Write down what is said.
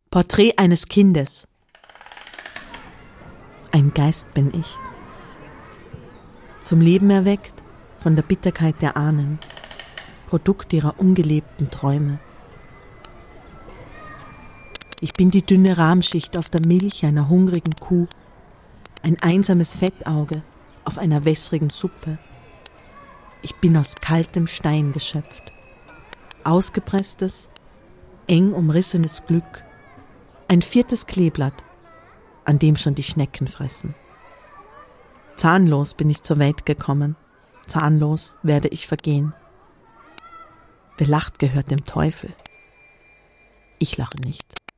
Porträt eines Kindes. Ein Geist bin ich. Zum Leben erweckt von der Bitterkeit der Ahnen, Produkt ihrer ungelebten Träume. Ich bin die dünne Rahmschicht auf der Milch einer hungrigen Kuh, ein einsames Fettauge auf einer wässrigen Suppe. Ich bin aus kaltem Stein geschöpft, ausgepresstes, eng umrissenes Glück, ein 4. Kleeblatt, an dem schon die Schnecken fressen. Zahnlos bin ich zur Welt gekommen, zahnlos werde ich vergehen. Wer lacht, gehört dem Teufel. Ich lache nicht.